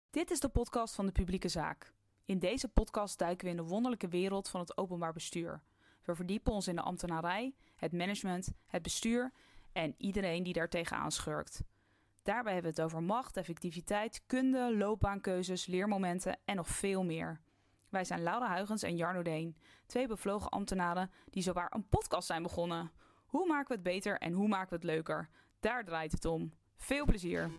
Dit is de podcast van de Publieke Zaak. In deze podcast duiken we in de wonderlijke wereld van het openbaar bestuur. We verdiepen ons in de ambtenarij, het management, het bestuur en iedereen die daar tegenaan schurkt. Daarbij hebben we het over macht, effectiviteit, kunde, loopbaankeuzes, leermomenten en nog veel meer. Wij zijn Laura Huygens en Jarno Deen, twee bevlogen ambtenaren die zowaar een podcast zijn begonnen. Hoe maken we het beter en hoe maken we het leuker? Daar draait het om. Veel plezier!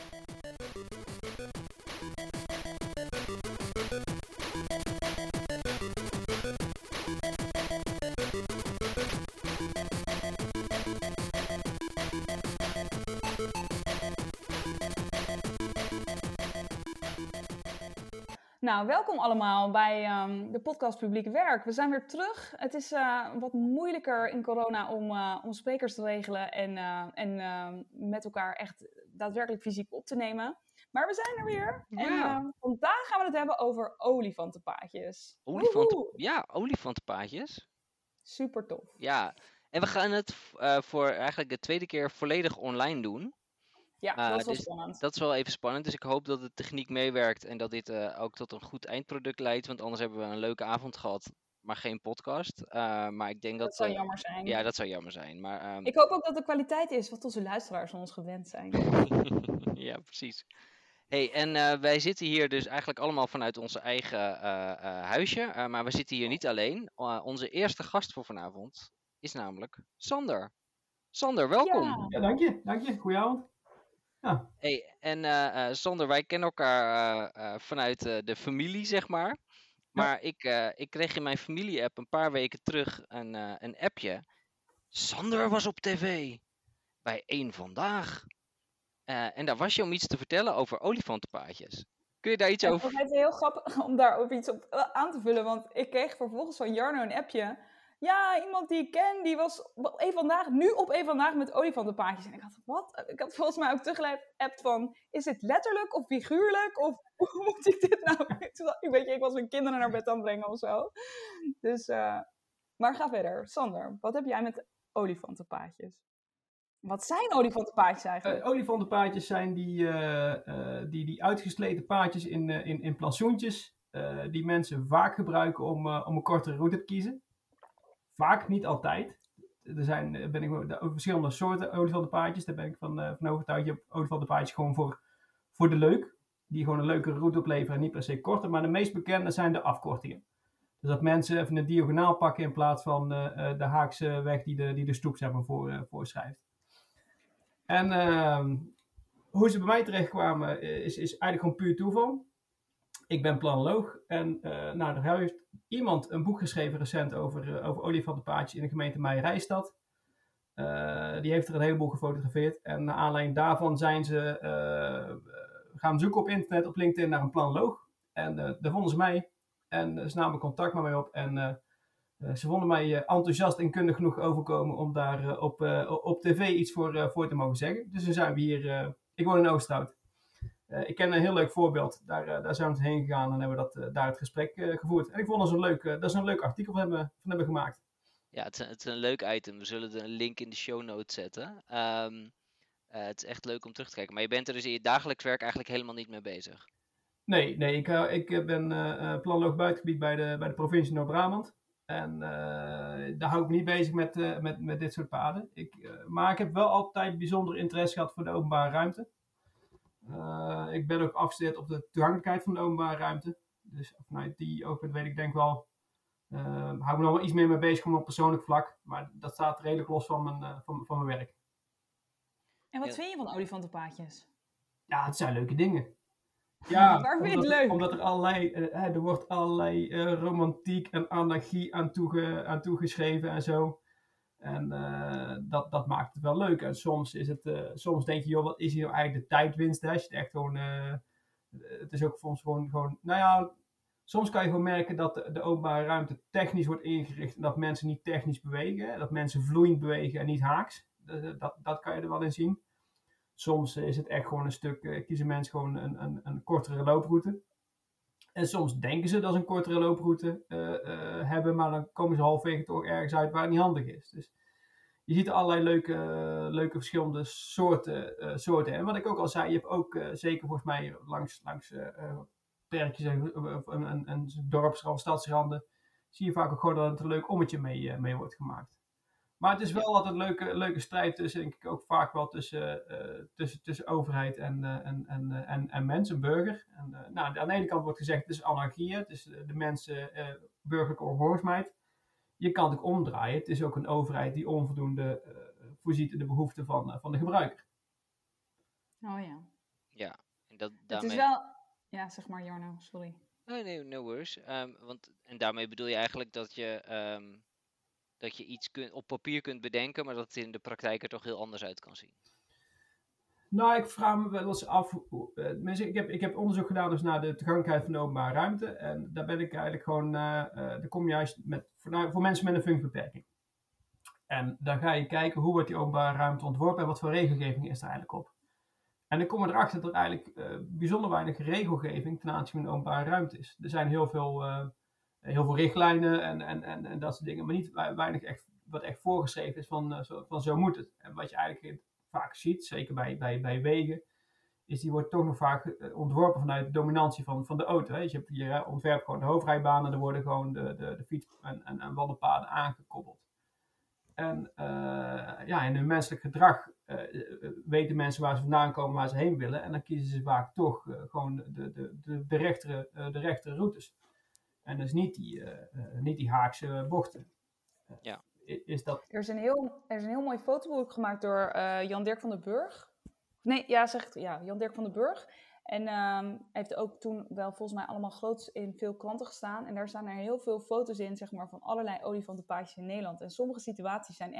Nou, welkom allemaal bij de podcast Publiek Werk. We zijn weer terug. Het is wat moeilijker in corona om sprekers te regelen en met elkaar echt daadwerkelijk fysiek op te nemen. Maar we zijn er weer. Ja. En vandaag gaan we het hebben over olifantenpaadjes. Olifantenpaadjes. Super tof. Ja, en we gaan het voor eigenlijk de tweede keer volledig online doen. Ja, dat is wel dus spannend. dat is wel even spannend. Dus ik hoop dat de techniek meewerkt en dat dit ook tot een goed eindproduct leidt. Want anders hebben we een leuke avond gehad, maar geen podcast. Maar ik denk dat... Dat zou jammer zijn. Ja, dat zou jammer zijn. Maar, Ik hoop ook dat de kwaliteit is wat onze luisteraars van ons gewend zijn. Ja, precies. Hey, en wij zitten hier dus eigenlijk allemaal vanuit onze eigen huisje. Maar we zitten hier niet alleen. Onze eerste gast voor vanavond is namelijk Sander. Sander, welkom. Ja. Ja, dank je. Goedenavond. Ja. Hey, en Sander, wij kennen elkaar vanuit de familie, zeg maar. Maar ik kreeg in mijn familie-app een paar weken terug een appje. Sander was op tv bij Eén Vandaag. En daar was je om iets te vertellen over olifantenpaadjes. Kun je daar iets over... Het is heel grappig om daar ook iets op aan te vullen, want ik kreeg vervolgens van Jarno een appje. Ja, iemand die ik ken, die was nu op Eén Vandaag met olifantenpaadjes. En ik had, wat? Ik had volgens mij ook tegelijk appt van, is dit letterlijk of figuurlijk? Of hoe moet ik dit nou? Ik was mijn kinderen naar bed aan het brengen of zo. Dus, maar ga verder. Sander, wat heb jij met olifantenpaadjes? Wat zijn olifantenpaadjes eigenlijk? Olifantenpaadjes zijn die uitgesleten paadjes in plantsoentjes. Die mensen vaak gebruiken om een kortere route te kiezen. Vaak, niet altijd. Er zijn verschillende soorten olifantenpaadjes. Daar ben ik van overtuigd. Je hebt olifantenpaadjes gewoon voor de leuk. Die gewoon een leukere route opleveren en niet per se korter. Maar de meest bekende zijn de afkortingen. Dus dat mensen even een diagonaal pakken in plaats van de Haakse weg die de stoep zeg maar, voorschrijft. En hoe ze bij mij terechtkwamen is eigenlijk gewoon puur toeval. Ik ben planoloog en er heeft iemand een boek geschreven recent over olifantenpaadjes in de gemeente Meijerijstad. Die heeft er een heleboel gefotografeerd en naar aanleiding daarvan zijn ze gaan zoeken op internet, op LinkedIn naar een planoloog. En daar vonden ze mij en ze namen contact met mij op en ze vonden mij enthousiast en kundig genoeg overkomen om daar op tv iets voor te mogen zeggen. Dus dan zijn we hier, ik woon in Oosterhout. Ik ken een heel leuk voorbeeld, daar zijn we heen gegaan en hebben we daar het gesprek gevoerd. En ik vond dat is een leuk artikel van hebben gemaakt. Ja, het is een leuk item. We zullen er een link in de show notes zetten. Het is echt leuk om terug te kijken. Maar je bent er dus in je dagelijks werk eigenlijk helemaal niet mee bezig. Nee, ik ben planoloog buitengebied bij de provincie Noord-Brabant. En daar hou ik me niet bezig met dit soort paden. Maar ik heb wel altijd bijzonder interesse gehad voor de openbare ruimte. Ik ben ook afgestudeerd op de toegankelijkheid van de openbare ruimte. Dus vanuit die oogpunt weet ik denk wel, hou ik me nog wel iets meer mee bezig op persoonlijk vlak. Maar dat staat redelijk los van mijn werk. En wat vind je van olifantenpaadjes? Ja, het zijn leuke dingen. Ja, waar vind je het leuk? Omdat er wordt allerlei romantiek en anarchie aan toegeschreven en zo. En dat maakt het wel leuk. En soms denk je, joh, wat is hier nou eigenlijk de tijdwinst? Hè? Als je het echt gewoon, het is ook soms gewoon, soms kan je gewoon merken dat de openbare ruimte technisch wordt ingericht en dat mensen niet technisch bewegen. Dat mensen vloeiend bewegen en niet haaks. Dat kan je er wel in zien. Soms is het echt gewoon een stuk, kiezen mensen gewoon een kortere looproute. En soms denken ze dat ze een kortere looproute hebben, maar dan komen ze halverwege toch ergens uit waar het niet handig is. Dus je ziet allerlei leuke verschillende soorten. En wat ik ook al zei, je hebt ook zeker volgens mij langs perkjes en dorpsranden, stadsranden, zie je vaak ook gewoon dat er een leuk ommetje mee wordt gemaakt. Maar het is wel altijd een leuke strijd tussen, denk ik, ook vaak wel tussen overheid en mens, een burger. En, aan de ene kant wordt gezegd, het is anarchie, het is de mensen burgerlijke ongehoorzaamheid. Je kan het ook omdraaien, het is ook een overheid die onvoldoende voorziet in de behoeften van de gebruiker. Oh ja. Ja, en dat, Het daarmee... is wel... Ja, zeg maar Jarno, sorry. Nee, no worries. En daarmee bedoel je eigenlijk dat je iets op papier kunt bedenken, maar dat het in de praktijk er toch heel anders uit kan zien. Nou, ik vraag me wel eens af. Ik heb onderzoek gedaan dus naar de toegankelijkheid van de openbare ruimte. En daar ben ik eigenlijk gewoon. Daar kom je juist voor mensen met een functiebeperking. En dan ga je kijken hoe wordt die openbare ruimte ontworpen en wat voor regelgeving is er eigenlijk op. En dan kom je erachter dat er eigenlijk bijzonder weinig regelgeving ten aanzien van de openbare ruimte is. Er zijn heel veel richtlijnen en dat soort dingen, maar niet weinig wat echt voorgeschreven is van zo moet het. En wat je eigenlijk vaak ziet, zeker bij wegen, is die wordt toch nog vaak ontworpen vanuit de dominantie van de auto. Hè. Dus je ontwerpt gewoon de hoofdrijbanen, er worden gewoon de fiets- en wandelpaden aangekoppeld. En in hun menselijk gedrag weten mensen waar ze vandaan komen, waar ze heen willen. En dan kiezen ze vaak toch gewoon de rechtere routes. En dus niet die Haagse bochten. Ja. Is dat... Er is een heel mooi fotoboek gemaakt door Jan-Dirk van den Burg. Nee, ja, Jan-Dirk van den Burg. En heeft ook toen wel volgens mij allemaal groots in veel kranten gestaan. En daar staan er heel veel foto's in, zeg maar, van allerlei olifantenpaadjes in Nederland. En sommige situaties zijn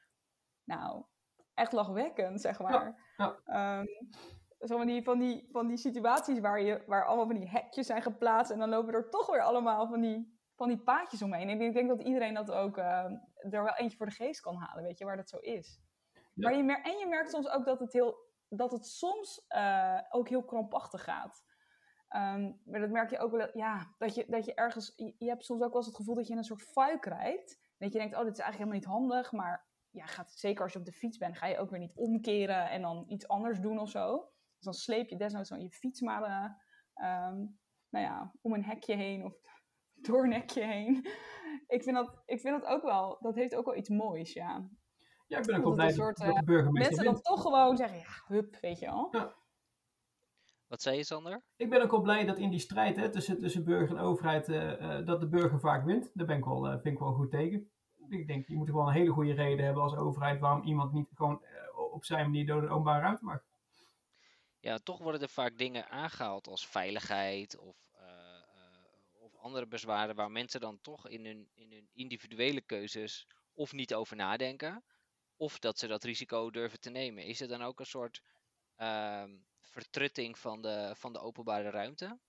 echt lachwekkend, zeg maar. Ja. Zo van die situaties waar allemaal van die hekjes zijn geplaatst. En dan lopen er toch weer allemaal van die paadjes omheen. En ik denk dat iedereen dat ook er wel eentje voor de geest kan halen, weet je, waar dat zo is. Ja. Maar je merkt soms ook dat het soms ook heel krampachtig gaat. Maar dat merk je ook wel, ja, dat je ergens... Je hebt soms ook wel eens het gevoel dat je in een soort fuik rijdt. Dat je denkt, dit is eigenlijk helemaal niet handig. Maar ja, zeker als je op de fiets bent, ga je ook weer niet omkeren en dan iets anders doen of zo. Dus dan sleep je desnoods je fiets maar om een hekje heen of door een hekje heen. Ik vind dat ook wel... Dat heeft ook wel iets moois, ja. Ja, ik ben ook wel blij dat de burgemeester mensen dan toch gewoon zeggen, ja, hup, weet je wel. Ja. Wat zei je, Sander? Ik ben ook wel blij dat in die strijd tussen burger en overheid, dat de burger vaak wint. Daar vind ik wel goed tegen. Ik denk, je moet gewoon een hele goede reden hebben als overheid waarom iemand niet gewoon op zijn manier door de openbare ruimte mag. Ja, toch worden er vaak dingen aangehaald als veiligheid of andere bezwaren waar mensen dan toch in hun individuele keuzes of niet over nadenken, of dat ze dat risico durven te nemen. Is er dan ook een soort vertrutting van de openbare ruimte?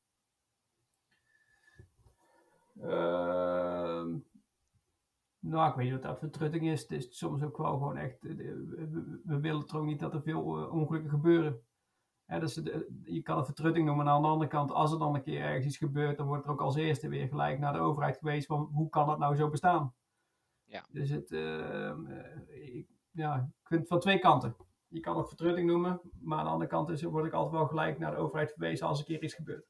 Ik weet niet wat dat vertrutting is. Het is soms ook wel gewoon echt... We willen toch niet dat er veel ongelukken gebeuren. Dus je kan het vertrutting noemen, maar aan de andere kant, als er dan een keer ergens iets gebeurt, dan wordt er ook als eerste weer gelijk naar de overheid geweest van hoe kan dat nou zo bestaan? Ja. Dus ik vind het van twee kanten. Je kan het vertrutting noemen, maar aan de andere kant word ik altijd wel gelijk naar de overheid verwezen als een keer iets gebeurt.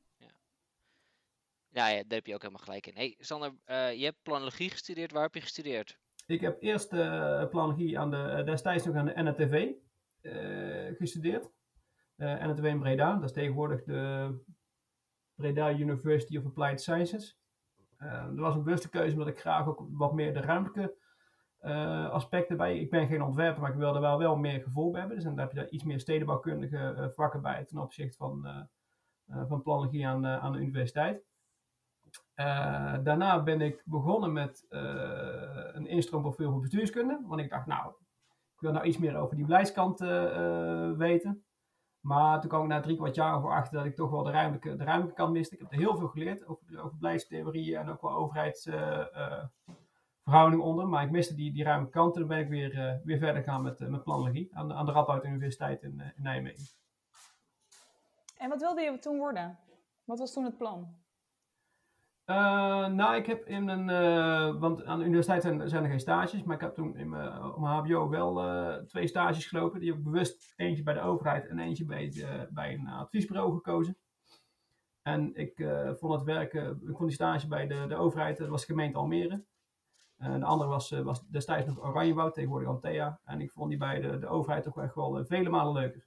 Ja, daar heb je ook helemaal gelijk in. Hey, Sander, je hebt planologie gestudeerd. Waar heb je gestudeerd? Ik heb eerst planologie destijds nog aan de NNTV gestudeerd. NNTV in Breda, dat is tegenwoordig de Breda University of Applied Sciences. Er was een bewuste keuze omdat ik graag ook wat meer de ruimtelijke aspecten bij. Ik ben geen ontwerper, maar ik wilde wel meer gevoel bij hebben. Dus dan heb je daar iets meer stedenbouwkundige vakken bij ten opzichte van planologie aan de universiteit. Daarna ben ik begonnen met een instroomprofiel voor bestuurskunde. Want ik dacht, ik wil nou iets meer over die beleidskant weten. Maar toen kwam ik na 3/4 jaar voor achter dat ik toch wel de ruimtelijke kant miste. Ik heb er heel veel geleerd over beleidstheorieën en ook wel overheidsverhoudingen onder. Maar ik miste die ruimtelijke kant en dan ben ik weer verder gaan met planologie aan de Radboud Universiteit in Nijmegen. En wat wilde je toen worden? Wat was toen het plan? Ik heb want aan de universiteit zijn er geen stages, maar ik heb toen op mijn HBO wel 2 stages gelopen. Die heb ik bewust eentje bij de overheid en eentje bij een adviesbureau gekozen. En ik vond die stage bij de overheid, dat was gemeente Almere. De andere was destijds nog Oranjewoud, tegenwoordig Antea. En ik vond die bij de overheid toch echt wel vele malen leuker.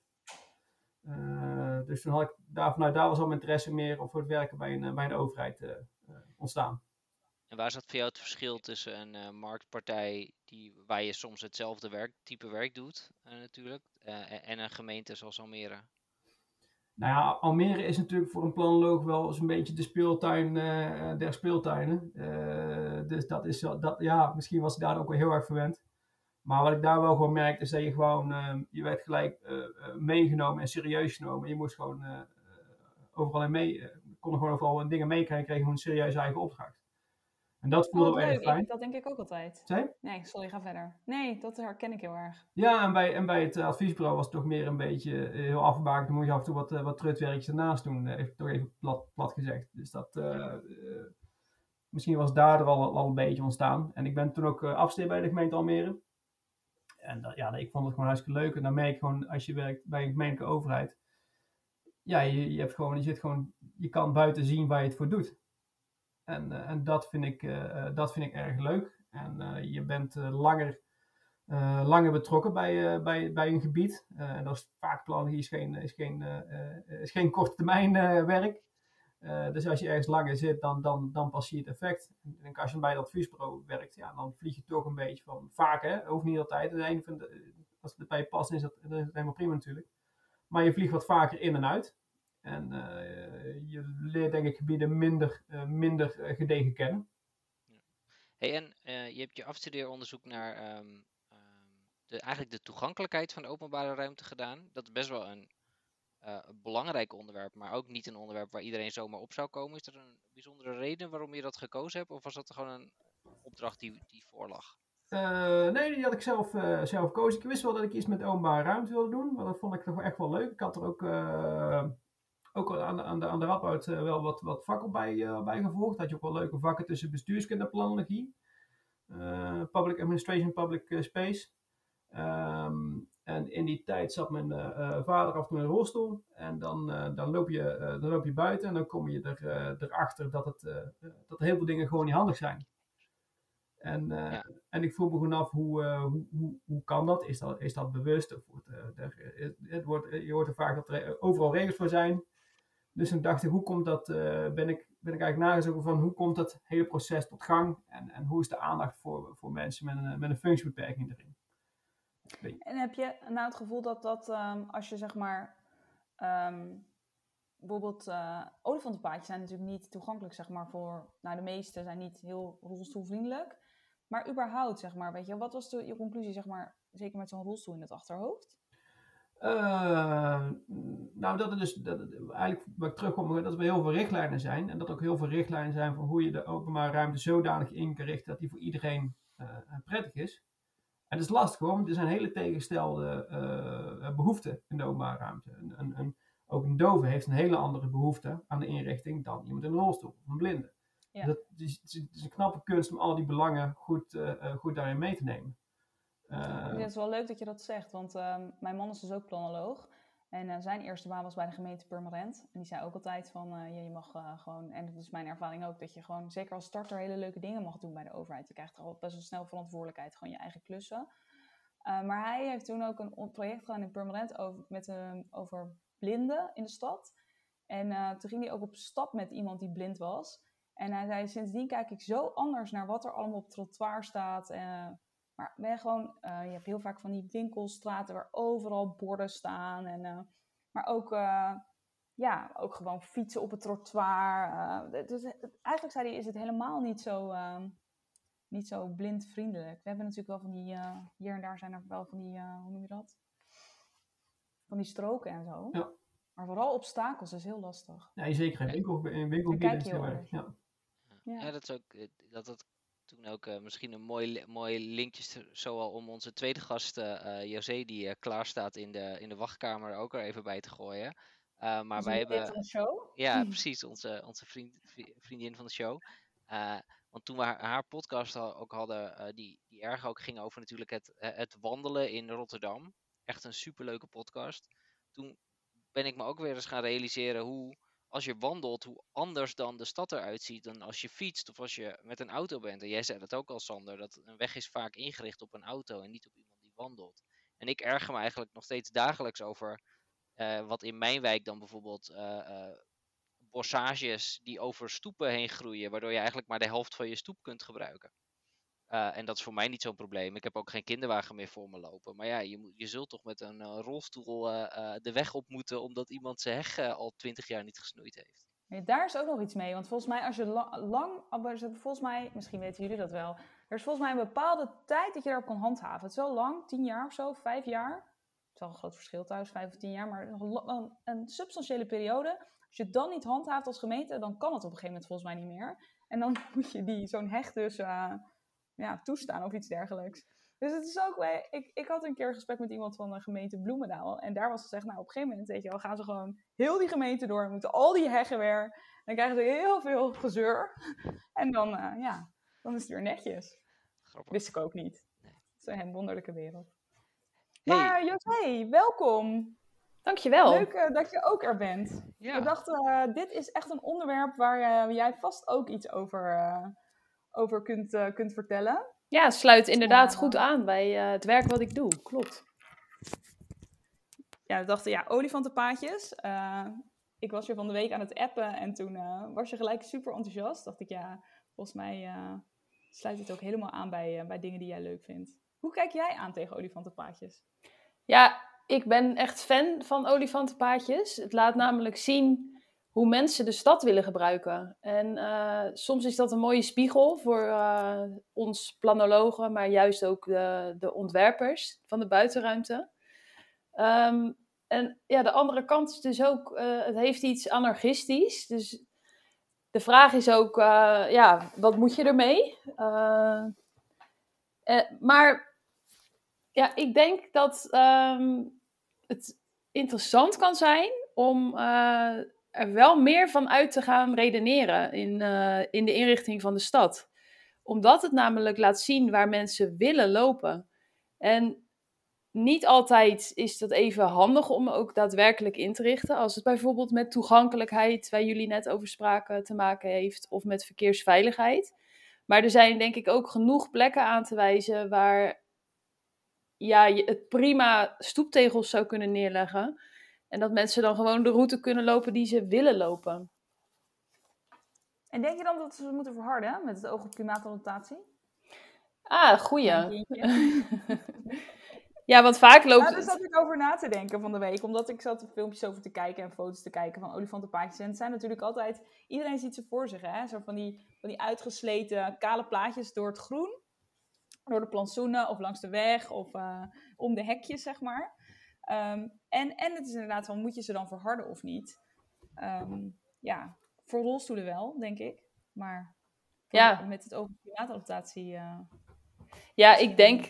Dus toen had ik vanuit daar was al mijn interesse meer voor het werken bij de overheid ontstaan. En waar zat voor jou het verschil tussen een marktpartij waar je soms hetzelfde type werk doet natuurlijk, en een gemeente zoals Almere? Nou ja, Almere is natuurlijk voor een planoloog wel eens een beetje de speeltuin der speeltuinen. Dus misschien was ik daar ook wel heel erg verwend. Maar wat ik daar wel gewoon merkte is dat je gewoon, je werd gelijk meegenomen en serieus genomen. Je moest gewoon overal in mee, kon er gewoon overal dingen meekrijgen, kreeg je gewoon een serieuze eigen opdracht. En dat voelde wel erg fijn. Dat denk ik ook altijd. Zei? Nee, sorry, ga verder. Nee, dat herken ik heel erg. Ja, en bij het adviesbureau was het toch meer een beetje heel afgebakend. Dan moet je af en toe wat trutwerkjes ernaast doen, toch even plat gezegd. Dus misschien was daar al een beetje ontstaan. En ik ben toen ook afgestudeerd bij de gemeente Almere. En ik vond het gewoon hartstikke leuk. En dan merk je gewoon, als je werkt bij een gemeentelijke overheid, ja, je kan buiten zien waar je het voor doet. En dat vind ik erg leuk. En je bent langer betrokken bij een gebied. En dat is vaak planologie is geen korte termijn werk. Dus als je ergens langer zit, dan pas zie je het effect. En als je bij dat adviesbureau werkt, ja, dan vlieg je toch een beetje van. Vaak, hè, hoeft niet altijd. Als het bij je past, is dat helemaal prima natuurlijk. Maar je vliegt wat vaker in en uit. En je leert denk ik gebieden minder gedegen kennen. Hey, en je hebt je afstudeeronderzoek naar eigenlijk de toegankelijkheid van de openbare ruimte gedaan. Dat is best wel een belangrijk onderwerp, maar ook niet een onderwerp waar iedereen zomaar op zou komen. Is er een bijzondere reden waarom je dat gekozen hebt? Of was dat gewoon een opdracht die voorlag? Nee, die had ik zelf gekozen. Ik wist wel dat ik iets met openbare ruimte wilde doen, maar dat vond ik toch echt wel leuk. Ik had er ook aan de Radboud wel wat vakken bij gevolgd. Had je ook wel leuke vakken tussen bestuurskunde en planologie. Public Administration, Public Space. En in die tijd zat mijn vader af en toe in een rolstoel. En dan loop je buiten en dan kom je erachter dat er heel veel dingen gewoon niet handig zijn. En ik vroeg me gewoon af, hoe kan dat? Is dat bewust? Je hoort er vaak dat er overal regels voor zijn. Dus toen dacht ik, hoe komt dat? Ben ik eigenlijk nagezocht van hoe komt dat hele proces tot gang? En hoe is de aandacht voor mensen met een functiebeperking erin? En heb je nou het gevoel dat als je zeg maar bijvoorbeeld olifantenpaadjes zijn natuurlijk niet toegankelijk zeg maar voor, nou de meeste zijn niet heel rolstoelvriendelijk, maar überhaupt zeg maar, weet je, wat was je conclusie zeg maar, zeker met zo'n rolstoel in het achterhoofd? Eigenlijk waar ik terugkom, dat er heel veel richtlijnen zijn en dat ook heel veel richtlijnen zijn voor hoe je de openbare ruimte zodanig in kan richten dat die voor iedereen prettig is. En dat is lastig hoor, want er zijn hele tegengestelde behoeften in de openbare ruimte. Ook een dove heeft een hele andere behoefte aan de inrichting dan iemand in een rolstoel of een blinde. Ja. Dus het is een knappe kunst om al die belangen goed daarin mee te nemen. Het is wel leuk dat je dat zegt, want mijn man is dus ook planoloog. En zijn eerste baan was bij de gemeente Purmerend. En die zei ook altijd van, je mag gewoon, en dat is mijn ervaring ook, dat je gewoon, zeker als starter, hele leuke dingen mag doen bij de overheid. Je krijgt al best wel snel verantwoordelijkheid, gewoon je eigen klussen. Maar hij heeft toen ook een project gedaan in Purmerend over blinden in de stad. En toen ging hij ook op stap met iemand die blind was. En hij zei, sindsdien kijk ik zo anders naar wat er allemaal op het trottoir staat. Maar je hebt heel vaak van die winkelstraten waar overal borden staan. Maar ook gewoon fietsen op het trottoir. Dus eigenlijk zei hij, is het helemaal niet zo blindvriendelijk. We hebben natuurlijk wel van die, hier en daar zijn er wel van die, hoe noem je dat? Van die stroken en zo. Ja. Maar vooral obstakels is heel lastig. Ja, zeker in winkelgebieden is heel erg. Ja, dat is ook dat toen ook misschien een mooi linkje zoal om onze tweede gast José die klaar staat in de wachtkamer ook er even bij te gooien. Maar Onze wij vriendin hebben... van de show. Ja, precies. Onze vriendin van de show. Want toen we haar podcast ook hadden, die erg ook ging over natuurlijk het wandelen in Rotterdam. Echt een superleuke podcast. Toen ben ik me ook weer eens gaan realiseren hoe, als je wandelt, hoe anders dan de stad eruit ziet dan als je fietst of als je met een auto bent. En jij zei dat ook al, Sander, dat een weg is vaak ingericht op een auto en niet op iemand die wandelt. En ik erger me eigenlijk nog steeds dagelijks over wat in mijn wijk dan bijvoorbeeld bossages die over stoepen heen groeien, waardoor je eigenlijk maar de helft van je stoep kunt gebruiken. En dat is voor mij niet zo'n probleem. Ik heb ook geen kinderwagen meer voor me lopen. Maar ja, je zult toch met een rolstoel de weg op moeten, omdat iemand zijn heg al 20 jaar niet gesnoeid heeft. Ja, daar is ook nog iets mee. Want volgens mij, als je volgens mij, misschien weten jullie dat wel. Er is volgens mij een bepaalde tijd dat je daarop kan handhaven. Het is wel lang, 10 jaar of zo, 5 jaar. Het is wel een groot verschil trouwens, 5 of 10 jaar. Maar een substantiële periode. Als je het dan niet handhaaft als gemeente, dan kan het op een gegeven moment volgens mij niet meer. En dan moet je zo'n heg dus toestaan of iets dergelijks. Dus het is ook, ik had een keer een gesprek met iemand van de gemeente Bloemendaal. En daar was gezegd, nou op een gegeven moment, weet je wel, gaan ze gewoon heel die gemeente door. Moeten al die heggen weer. Dan krijgen ze heel veel gezeur. En dan is het weer netjes. Grappig. Wist ik ook niet. Nee. Het is een wonderlijke wereld. Hey. Maar José, welkom. Dankjewel. Leuk dat je ook er bent. Ja. We dachten, dit is echt een onderwerp waar jij vast ook iets over kunt vertellen. Ja, sluit inderdaad goed aan bij het werk wat ik doe. Klopt. Ja, we dachten, olifantenpaadjes. Ik was je van de week aan het appen en toen was je gelijk super enthousiast. Dacht ik, volgens mij sluit het ook helemaal aan bij dingen die jij leuk vindt. Hoe kijk jij aan tegen olifantenpaadjes? Ja, ik ben echt fan van olifantenpaadjes. Het laat namelijk zien hoe mensen de stad willen gebruiken. En soms is dat een mooie spiegel voor ons planologen, maar juist ook de ontwerpers van de buitenruimte. En ja, de andere kant is dus ook, het heeft iets anarchistisch. Dus de vraag is ook, wat moet je ermee? Maar ja, ik denk dat het interessant kan zijn om er wel meer van uit te gaan redeneren in de inrichting van de stad. Omdat het namelijk laat zien waar mensen willen lopen. En niet altijd is dat even handig om ook daadwerkelijk in te richten. Als het bijvoorbeeld met toegankelijkheid, waar jullie net over spraken, te maken heeft. Of met verkeersveiligheid. Maar er zijn denk ik ook genoeg plekken aan te wijzen waar je het prima stoeptegels zou kunnen neerleggen. En dat mensen dan gewoon de route kunnen lopen die ze willen lopen. En denk je dan dat ze moeten verharden met het oog op klimaatadaptatie? Goeie. Ja, want vaak loopt daar zat ik over na te denken van de week. Omdat ik zat filmpjes over te kijken en foto's te kijken van olifantenpaadjes. En het zijn natuurlijk altijd... Iedereen ziet ze voor zich, hè? Zo van die uitgesleten kale plaatjes door het groen. Door de plantsoenen of langs de weg of om de hekjes, zeg maar. En het is inderdaad van, moet je ze dan verharden of niet? Voor rolstoelen wel, denk ik. Maar met het oog op klimaatadaptatie... Ja, ik denk...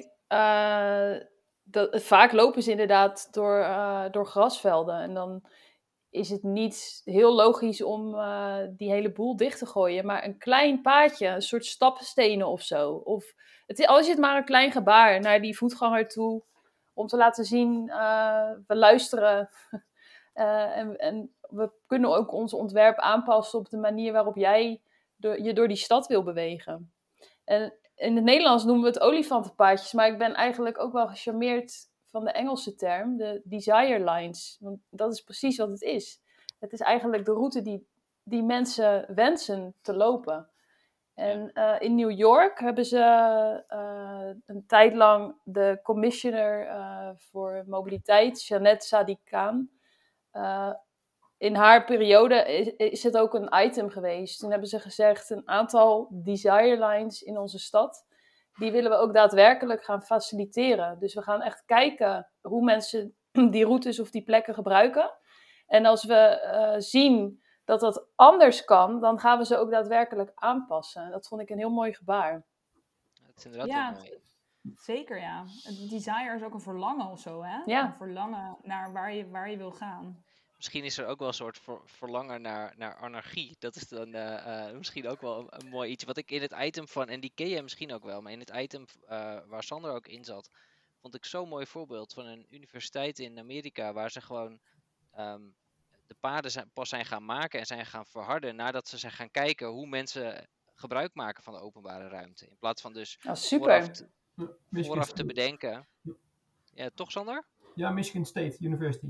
vaak lopen ze inderdaad door grasvelden. En dan is het niet heel logisch om die hele boel dicht te gooien. Maar een klein paadje, een soort stappenstenen of zo. Of al is het maar een klein gebaar naar die voetganger toe. Om te laten zien, we luisteren. En we kunnen ook ons ontwerp aanpassen op de manier waarop jij je door die stad wil bewegen. En in het Nederlands noemen we het olifantenpaadjes, maar ik ben eigenlijk ook wel gecharmeerd van de Engelse term, de desire lines. Want dat is precies wat het is. Het is eigenlijk de route die mensen wensen te lopen. En in New York hebben ze een tijd lang de commissioner voor mobiliteit, Jeannette Sadiq-Khan, in haar periode is het ook een item geweest. Toen hebben ze gezegd, een aantal desire lines in onze stad, die willen we ook daadwerkelijk gaan faciliteren. Dus we gaan echt kijken hoe mensen die routes of die plekken gebruiken. En als we zien dat dat anders kan, dan gaan we ze ook daadwerkelijk aanpassen. Dat vond ik een heel mooi gebaar. Dat is inderdaad wel mooi. Zeker, ja. Desire is ook een verlangen of zo, hè? Ja. Een verlangen naar waar je wil gaan. misschien is er ook wel een soort verlangen naar anarchie. Dat is dan misschien ook wel een mooi iets. Wat ik in het item van, en die ken je misschien ook wel, maar in het item waar Sander ook in zat, vond ik zo'n mooi voorbeeld van een universiteit in Amerika waar ze gewoon de paden pas zijn gaan maken en zijn gaan verharden nadat ze zijn gaan kijken hoe mensen gebruik maken van de openbare ruimte. In plaats van dus Super. vooraf te bedenken. Ja, toch Sander? Ja, Michigan State University.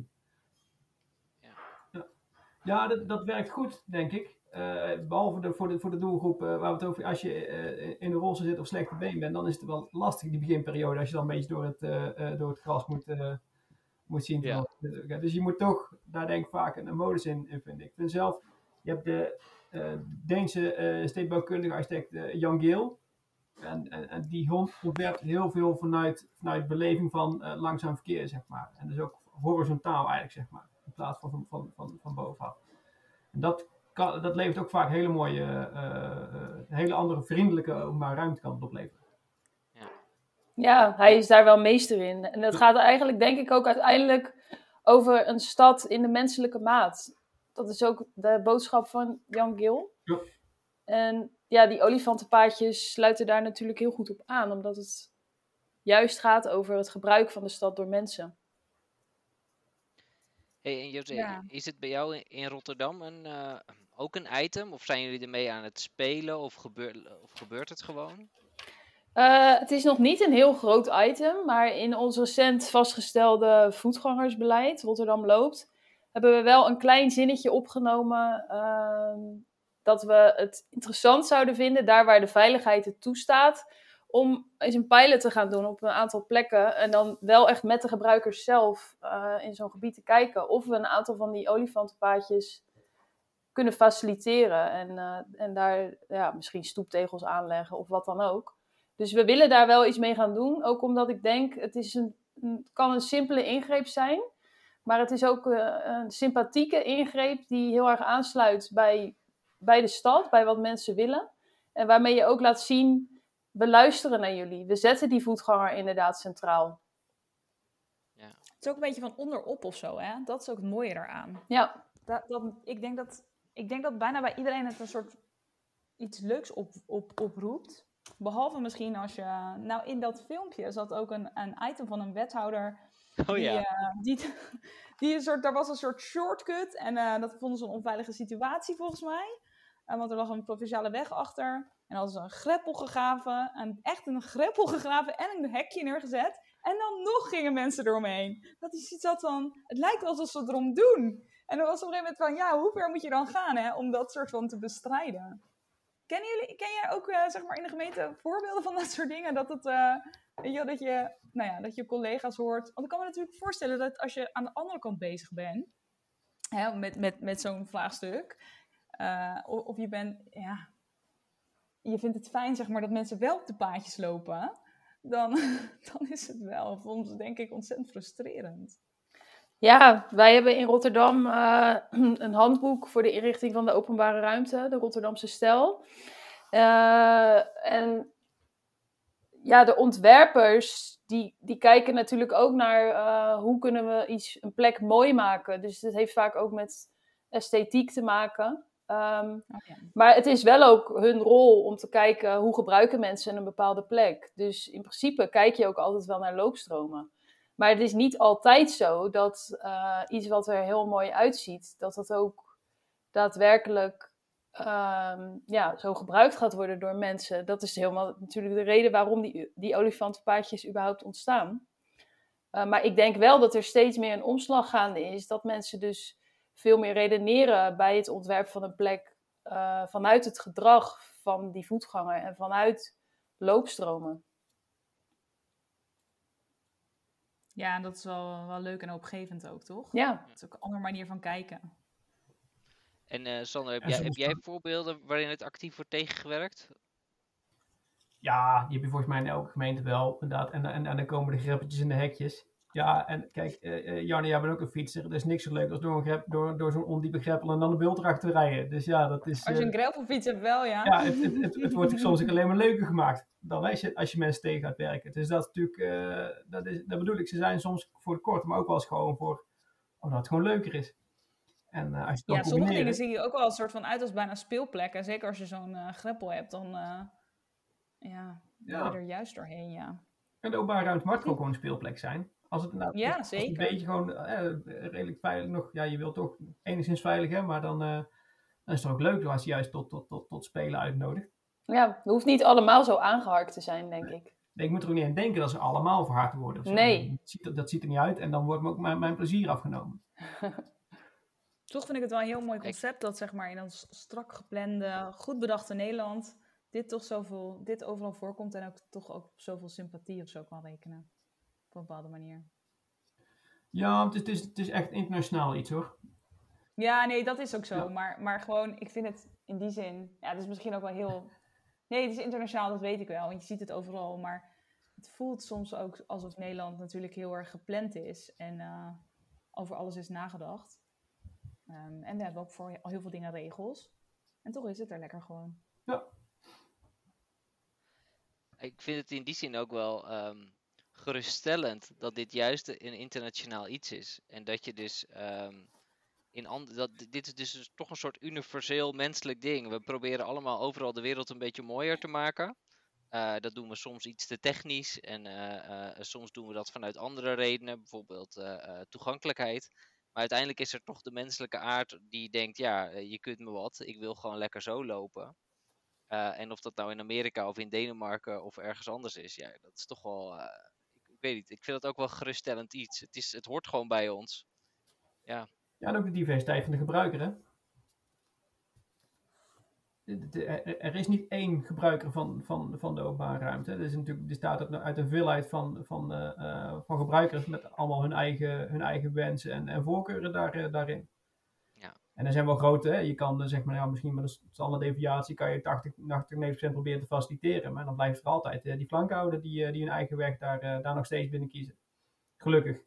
Ja, dat werkt goed, denk ik. Behalve voor de doelgroep waar we het over... Als je in de rolstoel zit of slechte been bent, dan is het wel lastig die beginperiode als je dan een beetje door het gras moet zien. Ja. Dus je moet toch, daar denk ik vaak een modus in vinden. Ik vind zelf, je hebt de Deense stedenbouwkundige architect Jan Geel. En die ontwerpt heel veel vanuit beleving van langzaam verkeer, zeg maar. En dus ook horizontaal eigenlijk, zeg maar. In plaats van bovenaf. En dat levert ook vaak hele mooie, hele andere vriendelijke openbare ruimte kan het opleveren. Ja, hij is daar wel meester in. En dat gaat eigenlijk, denk ik, ook uiteindelijk over een stad in de menselijke maat. Dat is ook de boodschap van Jan Gil. Ja. En ja, die olifantenpaadjes sluiten daar natuurlijk heel goed op aan. Omdat het juist gaat over het gebruik van de stad door mensen. Hey, en José, is het bij jou in Rotterdam ook een item? Of zijn jullie ermee aan het spelen? Of gebeurt het gewoon? Het is nog niet een heel groot item, maar in ons recent vastgestelde voetgangersbeleid, Rotterdam Loopt, hebben we wel een klein zinnetje opgenomen dat we het interessant zouden vinden, daar waar de veiligheid het toestaat, om eens een pilot te gaan doen op een aantal plekken en dan wel echt met de gebruikers zelf in zo'n gebied te kijken of we een aantal van die olifantenpaadjes kunnen faciliteren en daar misschien stoeptegels aanleggen of wat dan ook. Dus we willen daar wel iets mee gaan doen. Ook omdat ik denk, het kan een simpele ingreep zijn. Maar het is ook een sympathieke ingreep die heel erg aansluit bij de stad. Bij wat mensen willen. En waarmee je ook laat zien, we luisteren naar jullie. We zetten die voetganger inderdaad centraal. Ja. Het is ook een beetje van onderop of zo, hè? Dat is ook het mooie eraan. Ja. Ik denk dat bijna bij iedereen het een soort iets leuks oproept. Behalve misschien als je... Nou, in dat filmpje zat ook een item van een wethouder. Oh ja. Daar was een soort shortcut. En dat vonden ze een onveilige situatie volgens mij. Want er lag een provinciale weg achter. En hadden ze een greppel gegraven. Echt een greppel gegraven en een hekje neergezet. En dan nog gingen mensen eromheen. Dat is iets dat van... Het lijkt wel alsof ze het erom doen. En dan was op een gegeven moment van... Ja, hoe ver moet je dan gaan, hè? Om dat soort van te bestrijden? Ken jij ook zeg maar in de gemeente voorbeelden van dat soort dingen? Dat je collega's hoort. Want ik kan me natuurlijk voorstellen dat als je aan de andere kant bezig bent, hè, met zo'n vraagstuk, of je bent, je vindt het fijn zeg maar dat mensen wel op de paadjes lopen, dan is het wel voor ons denk ik ontzettend frustrerend. Ja, wij hebben in Rotterdam een handboek voor de inrichting van de openbare ruimte, de Rotterdamse Stijl. En ja, de ontwerpers, die kijken natuurlijk ook naar hoe kunnen we een plek mooi maken. Dus het heeft vaak ook met esthetiek te maken. Maar het is wel ook hun rol om te kijken hoe gebruiken mensen een bepaalde plek. Dus in principe kijk je ook altijd wel naar loopstromen. Maar het is niet altijd zo dat iets wat er heel mooi uitziet, dat dat ook daadwerkelijk zo gebruikt gaat worden door mensen. Dat is helemaal natuurlijk de reden waarom die olifantenpaadjes überhaupt ontstaan. Maar ik denk wel dat er steeds meer een omslag gaande is, dat mensen dus veel meer redeneren bij het ontwerp van een plek vanuit het gedrag van die voetganger en vanuit loopstromen. Ja, dat is wel leuk en hoopgevend ook, toch? Ja. Dat is ook een andere manier van kijken. En Sander, heb jij voorbeelden waarin het actief wordt tegengewerkt? Ja, die heb je volgens mij in elke gemeente wel, inderdaad. En dan komen de greppeltjes in de hekjes. Ja, en kijk, Janne, jij bent ook een fietser. Er is niks zo leuk als door zo'n ondiepe greppel en dan de bult erachter rijden. Dus ja, dat is... Als je een gravelfiets hebt wel, ja. Ja, het wordt soms ook alleen maar leuker gemaakt dan als je mensen tegen gaat werken. Dus dat is natuurlijk, dat bedoel ik, ze zijn soms voor de korte, maar ook wel eens gewoon voor, omdat het gewoon leuker is. En als je het kan sommige combineren... dingen zie je ook wel een soort van uit als bijna speelplekken. Zeker als je zo'n greppel hebt, dan wil je er juist doorheen, ja. En de openbare ruimte mag ook gewoon een speelplek zijn. Als het inderdaad Ja, als het zeker. een beetje gewoon redelijk veilig nog... Ja, je wilt toch enigszins veilig, hè, maar dan is het ook leuk als je juist tot spelen uitnodigt. Ja, het hoeft niet allemaal zo aangeharkt te zijn, denk ik. Nee, ik moet er ook niet aan denken dat ze allemaal verhard worden. Of zo. Nee. Dat ziet er niet uit en dan wordt me ook mijn plezier afgenomen. Toch vind ik het wel een heel mooi concept dat zeg maar in ons strak geplande, goed bedachte Nederland dit overal voorkomt en ook toch ook op zoveel sympathie of zo kan rekenen. Op een bepaalde manier. Ja, het is echt internationaal iets hoor. Ja, nee, dat is ook zo. Ja. Maar gewoon, ik vind het in die zin... Ja, het is misschien ook wel heel... Nee, het is internationaal, dat weet ik wel. Want je ziet het overal. Maar het voelt soms ook alsof Nederland natuurlijk heel erg gepland is. En over alles is nagedacht. En we hebben ook voor heel veel dingen regels. En toch is het er lekker gewoon. Ja. Ik vind het in die zin ook wel geruststellend dat dit juist een internationaal iets is. En dat je dus... dit is dus toch een soort universeel menselijk ding. We proberen allemaal overal de wereld een beetje mooier te maken. Dat doen we soms iets te technisch. En soms doen we dat vanuit andere redenen. Bijvoorbeeld toegankelijkheid. Maar uiteindelijk is er toch de menselijke aard die denkt... Ja, je kunt me wat. Ik wil gewoon lekker zo lopen. En of dat nou in Amerika of in Denemarken of ergens anders is. Ja, dat is toch wel... ik weet niet. Ik vind dat ook wel geruststellend iets. Het hoort gewoon bij ons. Ja. Ja, en ook de diversiteit van de gebruiker, hè. Er is niet één gebruiker van de openbare ruimte. Er bestaat uit een veelheid van gebruikers met allemaal hun eigen wensen en voorkeuren daarin. Ja. En er zijn wel grote, hè. Je kan zeg maar, misschien met een standaarddeviatie kan je 80-90% proberen te faciliteren. Maar dan blijft er altijd die flankenhouder die hun eigen weg daar nog steeds binnen kiezen. Gelukkig.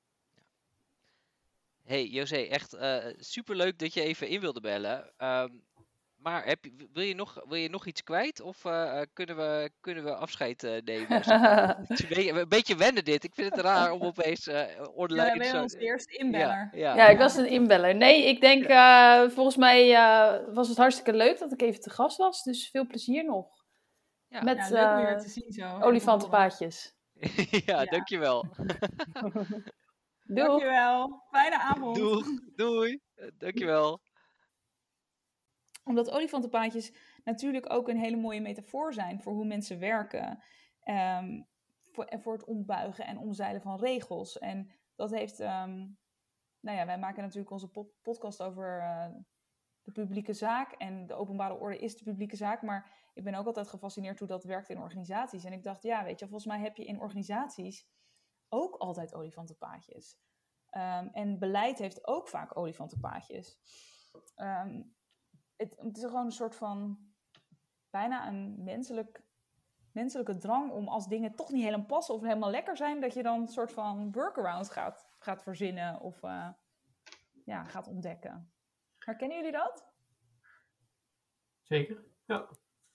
Hey José, echt superleuk dat je even in wilde bellen. Maar wil je nog iets kwijt? Of kunnen we afscheid nemen? Zeg maar? Een beetje wennen dit. Ik vind het raar om opeens online... Ja, ben je onze eerste inbeller. Ja, ik was een inbeller. Nee, ik denk volgens mij was het hartstikke leuk dat ik even te gast was. Dus veel plezier nog. Ja. Met leuk om je weer te zien zo. olifantenpaadjes. Ja, dankjewel. Doei. Dankjewel. Fijne avond. Doei. Dankjewel. Omdat olifantenpaadjes natuurlijk ook een hele mooie metafoor zijn voor hoe mensen werken. Voor het ombuigen en omzeilen van regels. En dat heeft... wij maken natuurlijk onze podcast over de publieke zaak. En de openbare orde is de publieke zaak. Maar ik ben ook altijd gefascineerd hoe dat werkt in organisaties. En ik dacht, ja, weet je, volgens mij heb je in organisaties ook altijd olifantenpaadjes. En beleid heeft ook vaak olifantenpaadjes. Het is gewoon een soort van bijna een menselijke drang om als dingen toch niet helemaal passen of helemaal lekker zijn, dat je dan een soort van workaround gaat verzinnen of gaat ontdekken. Herkennen jullie dat? Zeker, ja.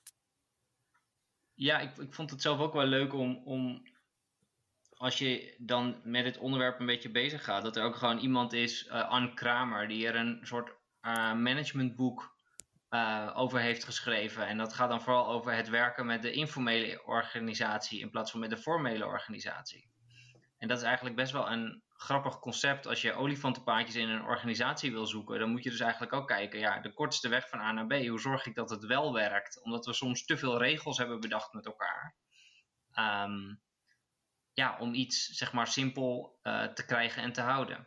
Ja, ik vond het zelf ook wel leuk om als je dan met het onderwerp een beetje bezig gaat, dat er ook gewoon iemand is, Ann Kramer, die er een soort managementboek over heeft geschreven. En dat gaat dan vooral over het werken met de informele organisatie in plaats van met de formele organisatie. En dat is eigenlijk best wel een grappig concept. Als je olifantenpaadjes in een organisatie wil zoeken, dan moet je dus eigenlijk ook kijken, ja, de kortste weg van A naar B. Hoe zorg ik dat het wel werkt? Omdat we soms te veel regels hebben bedacht met elkaar. Om iets, zeg maar, simpel te krijgen en te houden.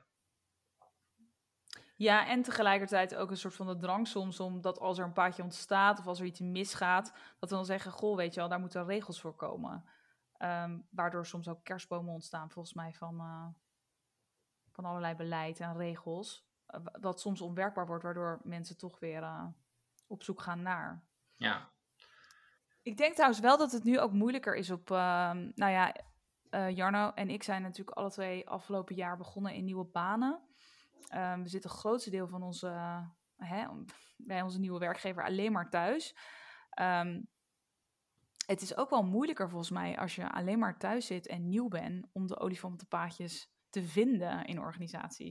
Ja, en tegelijkertijd ook een soort van de drang soms om dat als er een paadje ontstaat of als er iets misgaat, dat we dan zeggen, goh, weet je wel, daar moeten regels voor komen. Waardoor soms ook kerstbomen ontstaan, volgens mij, van allerlei beleid en regels. Wat soms onwerkbaar wordt, waardoor mensen toch weer op zoek gaan naar. Ja. Ik denk trouwens wel dat het nu ook moeilijker is op... Jarno en ik zijn natuurlijk alle twee afgelopen jaar begonnen in nieuwe banen. We zitten het grootste deel van bij onze nieuwe werkgever alleen maar thuis. Het is ook wel moeilijker volgens mij als je alleen maar thuis zit en nieuw bent om de olifantenpaadjes te vinden in organisaties.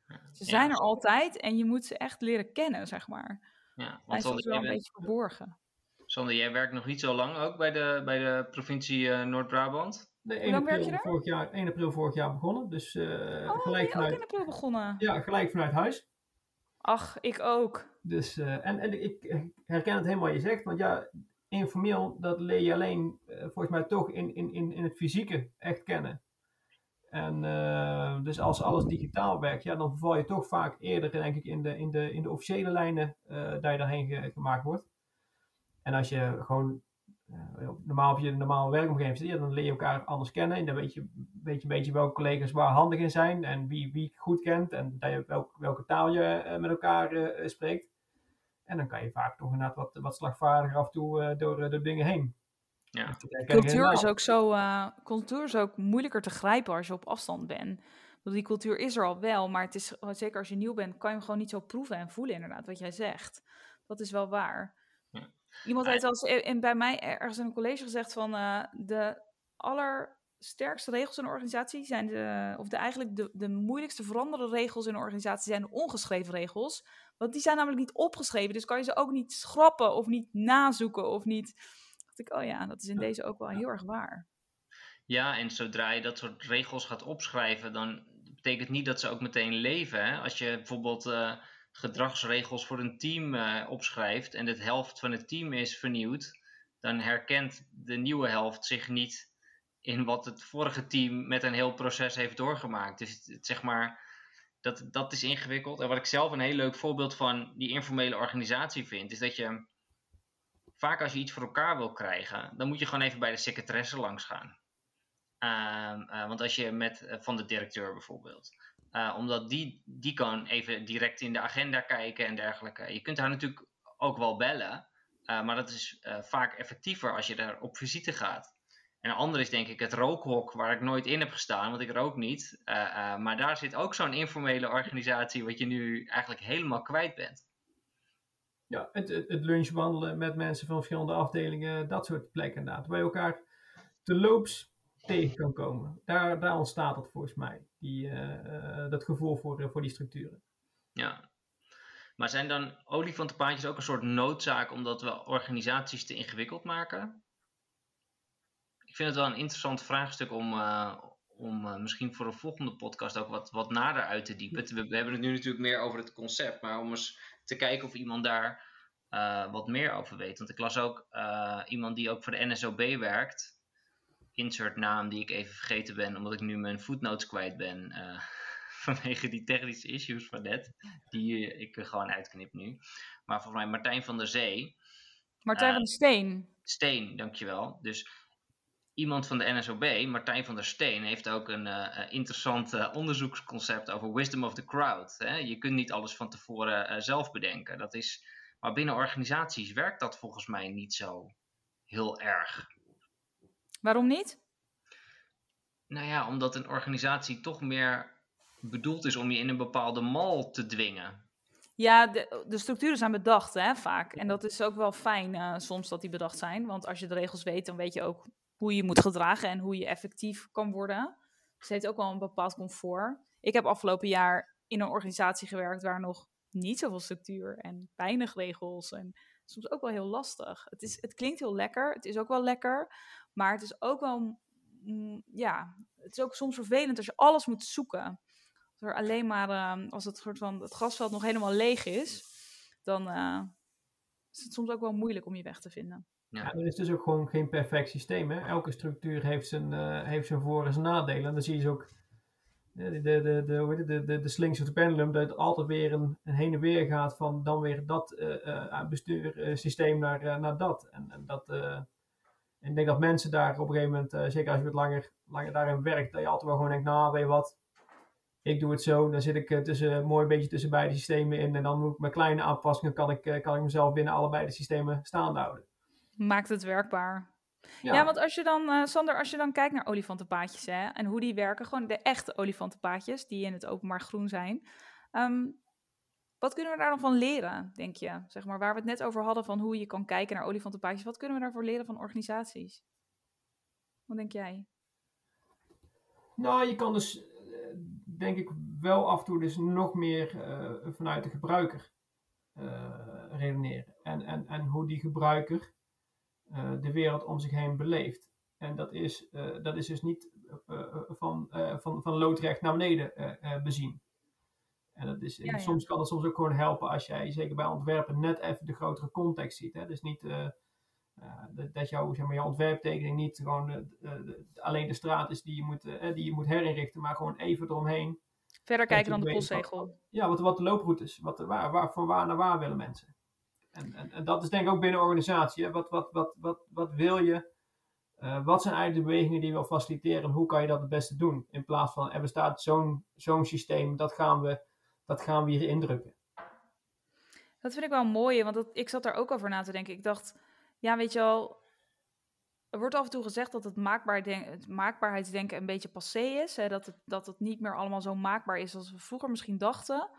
Ze zijn er altijd en je moet ze echt leren kennen, zeg maar. Ja, Hij is soms wel een beetje verborgen. Sander, jij werkt nog niet zo lang ook bij de provincie Noord-Brabant? Nee, Hoe lang werk je daar? 1 april vorig jaar begonnen. Dus Ben gelijk je vanuit... ook in april begonnen? Ja, gelijk vanuit huis. Ach, ik ook. Dus, en ik herken het helemaal wat je zegt. Want ja, informeel, dat leer je alleen volgens mij toch in het fysieke echt kennen. En dus als alles digitaal werkt, ja, dan val je toch vaak eerder, denk ik, in de officiële lijnen dat je daarheen gemaakt wordt. En als je gewoon normaal op je normale werkomgeving zit, ja, dan leer je elkaar anders kennen. En dan weet je een beetje welke collega's waar handig in zijn en wie goed kent. En dat je welke taal je met elkaar spreekt. En dan kan je vaak toch inderdaad wat slagvaardiger af en toe door de dingen heen. Ja. Dus dat herken ik Cultuur is helemaal. cultuur is ook moeilijker te grijpen als je op afstand bent. Want die cultuur is er al wel, maar het is, zeker als je nieuw bent, kan je hem gewoon niet zo proeven en voelen inderdaad, wat jij zegt. Dat is wel waar. Ja. Iemand heeft al eens bij mij ergens in een college gezegd van de allersterkste regels in een organisatie zijn eigenlijk de moeilijkste veranderde regels in een organisatie zijn de ongeschreven regels. Want die zijn namelijk niet opgeschreven, dus kan je ze ook niet schrappen of niet nazoeken of niet. Dacht ik, oh ja, dat is in deze ook wel heel erg waar. Ja, en zodra je dat soort regels gaat opschrijven, dan betekent niet dat ze ook meteen leven. Hè? Als je bijvoorbeeld gedragsregels voor een team opschrijft en de helft van het team is vernieuwd, dan herkent de nieuwe helft zich niet in wat het vorige team met een heel proces heeft doorgemaakt. Dus zeg maar, dat is ingewikkeld. En wat ik zelf een heel leuk voorbeeld van die informele organisatie vind, is dat je vaak als je iets voor elkaar wil krijgen, dan moet je gewoon even bij de secretaresse langs gaan. Want als je van de directeur bijvoorbeeld, omdat die kan even direct in de agenda kijken en dergelijke. Je kunt haar natuurlijk ook wel bellen, maar dat is vaak effectiever als je daar op visite gaat. En een ander is denk ik het rookhok, waar ik nooit in heb gestaan, want ik rook niet. Maar daar zit ook zo'n informele organisatie wat je nu eigenlijk helemaal kwijt bent. Ja, het lunchwandelen met mensen van verschillende afdelingen, dat soort plekken inderdaad. Waar je elkaar terloops tegen kan komen. Daar ontstaat dat volgens mij. Dat gevoel voor die structuren. Ja. Maar zijn dan olifantenpaadjes ook een soort noodzaak omdat we organisaties te ingewikkeld maken? Ik vind het wel een interessant vraagstuk om misschien voor een volgende podcast ook wat nader uit te diepen. We hebben het nu natuurlijk meer over het concept, maar om eens te kijken of iemand daar wat meer over weet. Want ik las ook iemand die ook voor de NSOB werkt. Insert naam die ik even vergeten ben, omdat ik nu mijn footnotes kwijt ben. Vanwege die technische issues van net. Die ik er gewoon uitknip nu. Maar volgens mij Martijn van der Zee. Martijn van der Steen. Steen, dankjewel. Dus iemand van de NSOB, Martijn van der Steen, heeft ook een interessant onderzoeksconcept over wisdom of the crowd. Hè? Je kunt niet alles van tevoren zelf bedenken. Maar binnen organisaties werkt dat volgens mij niet zo heel erg. Waarom niet? Nou ja, omdat een organisatie toch meer bedoeld is om je in een bepaalde mal te dwingen. Ja, de structuren zijn bedacht, hè, vaak. En dat is ook wel fijn soms dat die bedacht zijn. Want als je de regels weet, dan weet je ook hoe je moet gedragen en hoe je effectief kan worden. Dus het heeft ook wel een bepaald comfort. Ik heb afgelopen jaar in een organisatie gewerkt waar nog niet zoveel structuur en weinig regels en soms ook wel heel lastig. Het klinkt heel lekker, het is ook wel lekker, maar het is ook wel, het is ook soms vervelend als je alles moet zoeken. Als er alleen maar, als het soort van het grasveld nog helemaal leeg is, dan is het soms ook wel moeilijk om je weg te vinden. Ja, er is dus ook gewoon geen perfect systeem. Hè? Elke structuur heeft zijn voor- en zijn nadelen. En dan zie je dus ook de slings of de pendulum, dat het altijd weer een heen en weer gaat van dan weer dat bestuursysteem naar dat. En ik denk dat mensen daar op een gegeven moment, zeker als je wat langer daarin werkt, dat je altijd wel gewoon denkt, nou weet je wat, ik doe het zo, dan zit ik mooi een beetje tussen beide systemen in en dan moet ik met kleine aanpassingen kan ik mezelf binnen allebei de systemen staande houden. Maakt het werkbaar. Ja, want als je dan, Sander, als je dan kijkt naar olifantenpaadjes hè, en hoe die werken, gewoon de echte olifantenpaadjes die in het openbaar groen zijn. Wat kunnen we daar dan van leren, denk je? Zeg maar, waar we het net over hadden van hoe je kan kijken naar olifantenpaadjes. Wat kunnen we daarvoor leren van organisaties? Wat denk jij? Nou, je kan dus denk ik wel af en toe dus nog meer vanuit de gebruiker redeneren. En hoe die gebruiker de wereld om zich heen beleeft. En dat is dus niet van loodrecht naar beneden bezien. En dat is, soms kan het soms ook gewoon helpen als jij, zeker bij ontwerpen, net even de grotere context ziet. Hè? Dus niet dat jouw ontwerptekening niet gewoon alleen de straat is die je moet herinrichten, maar gewoon even eromheen. Verder kijken dan de postzegel. Wat de looproutes, van waar naar waar willen mensen. En dat is denk ik ook binnen een organisatie. Hè? Wat wil je? Wat zijn eigenlijk de bewegingen die je wil faciliteren? En hoe kan je dat het beste doen? In plaats van, er bestaat zo'n systeem, dat gaan we hier indrukken. Dat vind ik wel mooi, want ik zat daar ook over na te denken. Ik dacht, ja, weet je wel, er wordt af en toe gezegd dat het maakbaarheidsdenken een beetje passé is. Hè? Dat het niet meer allemaal zo maakbaar is als we vroeger misschien dachten.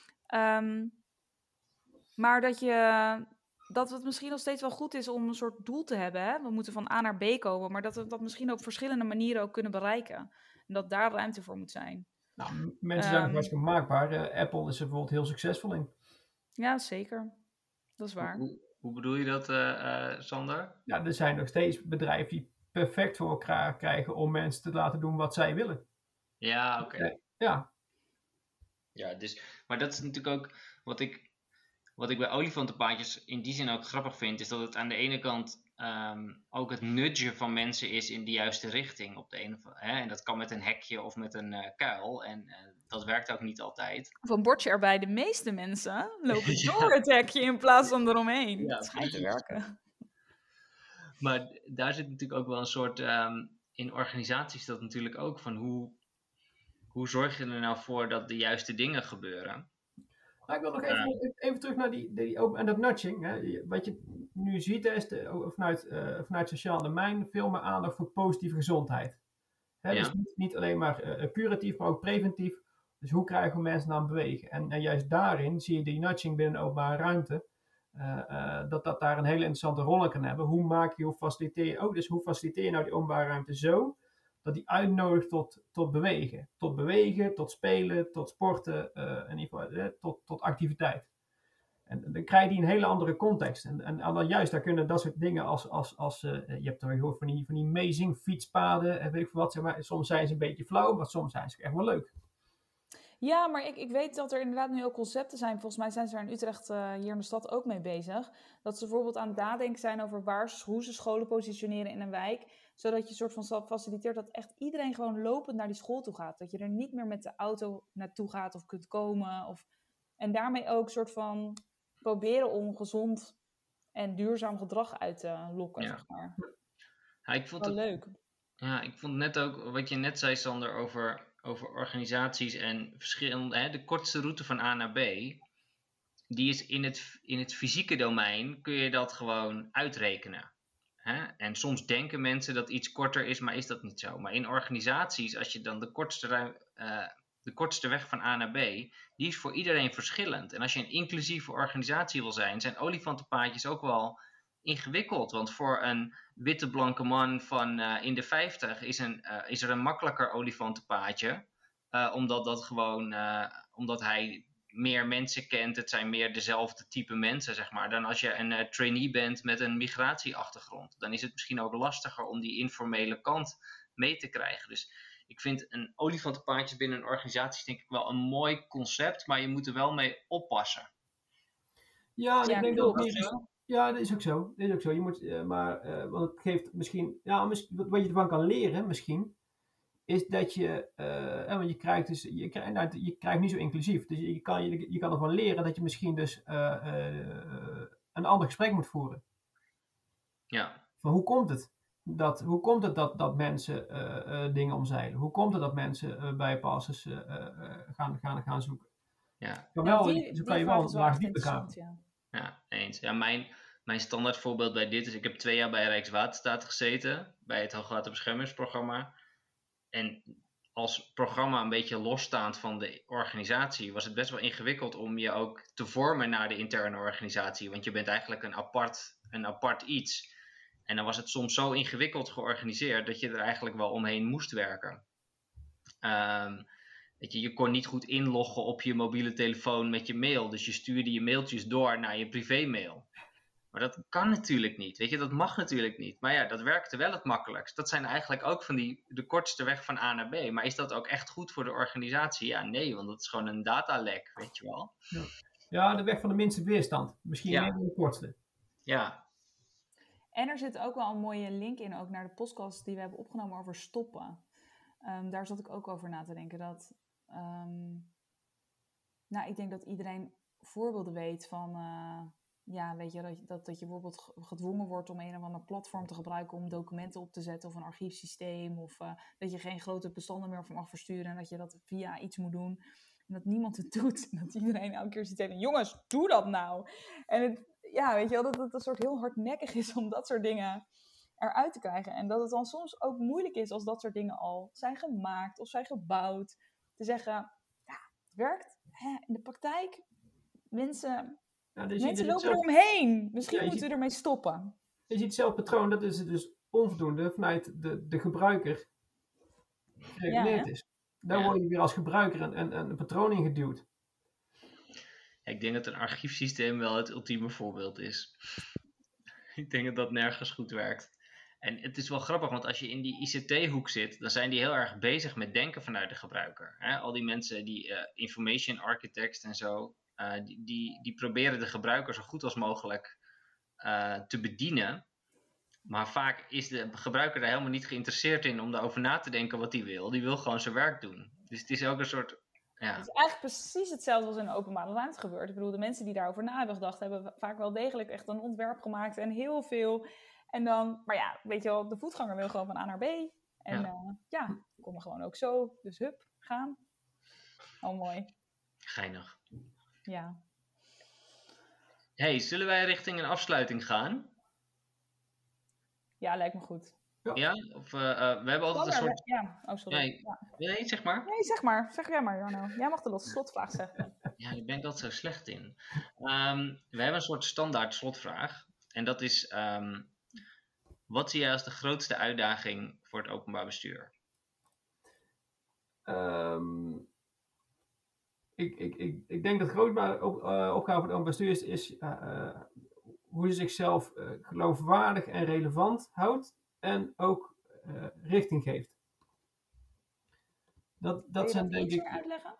Maar dat het misschien nog steeds wel goed is om een soort doel te hebben. Hè? We moeten van A naar B komen, maar dat we dat misschien op verschillende manieren ook kunnen bereiken. En dat daar ruimte voor moet zijn. Nou, mensen zijn hartstikke maakbaar. Apple is er bijvoorbeeld heel succesvol in. Ja, zeker. Dat is waar. Hoe bedoel je dat, Sander? Ja, er zijn nog steeds bedrijven die perfect voor elkaar krijgen om mensen te laten doen wat zij willen. Ja, oké. Ja. Ja, maar dat is natuurlijk ook wat ik bij olifantenpaadjes in die zin ook grappig vind, is dat het aan de ene kant ook het nudgen van mensen is in de juiste richting. Op de en dat kan met een hekje of met een kuil. En dat werkt ook niet altijd. Of een bordje erbij. De meeste mensen lopen door het hekje in plaats van eromheen. Ja, dat schijnt te werken. Maar daar zit natuurlijk ook wel een soort, in organisaties dat natuurlijk ook, van hoe zorg je er nou voor dat de juiste dingen gebeuren? Maar ik wil nog even terug naar die open en dat nudging. Hè. Wat je nu ziet is vanuit sociaal domein veel meer aandacht voor positieve gezondheid. Hè, Ja. Dus niet alleen maar curatief, maar ook preventief. Dus hoe krijgen we mensen aan het bewegen? En juist daarin zie je die nudging binnen de openbare ruimte. Dat daar een hele interessante rol in kan hebben. Hoe faciliteer je nou die openbare ruimte zo dat die uitnodigt tot bewegen. Tot bewegen, tot spelen, tot sporten, in ieder geval tot activiteit. En dan krijg je die een hele andere context. En dan juist, daar kunnen dat soort dingen als je hebt er gehoord van die amazing fietspaden en weet ik veel wat. Zeg maar, soms zijn ze een beetje flauw, maar soms zijn ze echt wel leuk. Ja, maar ik weet dat er inderdaad nu ook concepten zijn. Volgens mij zijn ze daar in Utrecht hier in de stad ook mee bezig. Dat ze bijvoorbeeld aan het nadenken zijn over hoe ze scholen positioneren in een wijk. Zodat je soort van faciliteert dat echt iedereen gewoon lopend naar die school toe gaat. Dat je er niet meer met de auto naartoe gaat of kunt komen. En daarmee ook soort van proberen om gezond en duurzaam gedrag uit te lokken, zeg maar. Ja, ik vond wel leuk. Ja, ik vond net ook wat je net zei, Sander, over organisaties en verschillende, de kortste route van A naar B. Die is in het fysieke domein, kun je dat gewoon uitrekenen. Hè? En soms denken mensen dat iets korter is, maar is dat niet zo. Maar in organisaties, als je dan de kortste weg van A naar B, die is voor iedereen verschillend. En als je een inclusieve organisatie wil zijn olifantenpaadjes ook wel ingewikkeld. Want voor een witte blanke man van in de 50 is er een makkelijker olifantenpaadje. Omdat hij meer mensen kent. Het zijn meer dezelfde type mensen, zeg maar. Dan als je een trainee bent met een migratieachtergrond. Dan is het misschien ook lastiger om die informele kant mee te krijgen. Dus ik vind een olifantenpaadje binnen een organisatie denk ik wel een mooi concept. Maar je moet er wel mee oppassen. Ja, en ik denk dat klopt. Ja, dat is ook zo. Je moet, want het geeft misschien, wat je ervan kan leren misschien, is dat want je krijgt niet zo inclusief. Dus je kan ervan leren dat je misschien dus een ander gesprek moet voeren. Ja. Van hoe komt het? Hoe komt het dat mensen dingen omzeilen? Hoe komt het dat mensen bypasses gaan zoeken? Ja. Zo kan je wel een laag dieper gaan. Ja, eens. Ja, mijn standaard voorbeeld bij dit is, ik heb 2 jaar bij Rijkswaterstaat gezeten, bij het Hoogwaterbeschermingsprogramma. En als programma een beetje losstaand van de organisatie, was het best wel ingewikkeld om je ook te vormen naar de interne organisatie. Want je bent eigenlijk een apart iets. En dan was het soms zo ingewikkeld georganiseerd dat je er eigenlijk wel omheen moest werken. Weet je kon niet goed inloggen op je mobiele telefoon met je mail. Dus je stuurde je mailtjes door naar je privémail. Maar dat kan natuurlijk niet. Weet je, dat mag natuurlijk niet. Maar ja, dat werkte wel het makkelijkst. Dat zijn eigenlijk ook van de kortste weg van A naar B. Maar is dat ook echt goed voor de organisatie? Ja, nee, want dat is gewoon een datalek, weet je wel. Ja, de weg van de minste weerstand. Misschien Ja. meer dan de kortste. Ja, En er zit ook wel een mooie link in, ook naar de podcast die we hebben opgenomen over stoppen. Daar zat ik ook over na te denken. Dat, ik denk dat iedereen voorbeelden weet van... weet je, dat je bijvoorbeeld gedwongen wordt om een of ander platform te gebruiken om documenten op te zetten of een archiefsysteem. Of dat je geen grote bestanden meer mag versturen en dat je dat via iets moet doen. En dat niemand het doet. En dat iedereen elke keer zit en jongens, doe dat nou. En weet je wel, dat het een soort heel hardnekkig is om dat soort dingen eruit te krijgen. En dat het dan soms ook moeilijk is als dat soort dingen al zijn gemaakt of zijn gebouwd. Te zeggen, ja, het werkt. In de praktijk, mensen lopen eromheen. Misschien moeten we ermee stoppen. Je ziet zelf patroon, dat is dus onvoldoende vanuit de gebruiker gereguleerd is. Daar word je weer als gebruiker een patroon in geduwd. Ik denk dat een archiefsysteem wel het ultieme voorbeeld is. Ik denk dat dat nergens goed werkt. En het is wel grappig, want als je in die ICT-hoek zit, dan zijn die heel erg bezig met denken vanuit de gebruiker. Al die mensen, die information architects en zo, die proberen de gebruiker zo goed als mogelijk te bedienen. Maar vaak is de gebruiker daar helemaal niet geïnteresseerd in om daarover na te denken wat hij wil. Die wil gewoon zijn werk doen. Dus het is ook een soort... Ja. Het is eigenlijk precies hetzelfde als in de openbare ruimte gebeurt. Ik bedoel, de mensen die daarover na hebben gedacht, hebben vaak wel degelijk echt een ontwerp gemaakt en heel veel. En dan, maar ja, weet je wel, de voetganger wil gewoon van A naar B. En kom er gewoon ook zo. Dus hup, gaan. Oh, mooi. Geinig. Ja. Hey, zullen wij richting een afsluiting gaan? Ja, lijkt me goed. Ja? Of we hebben altijd een soort... Ja, oh sorry. Nee, zeg maar. Nee, zeg maar. Zeg jij maar, Jarno. Jij mag de slotvraag zeggen. Ja, daar ben ik altijd zo slecht in. We hebben een soort standaard slotvraag. En dat is... wat zie jij als de grootste uitdaging voor het openbaar bestuur? Ik denk dat de grootste opgave voor het openbaar bestuur is hoe je zichzelf geloofwaardig en relevant houdt en ook richting geeft. Dat zijn denk ik... uitleggen?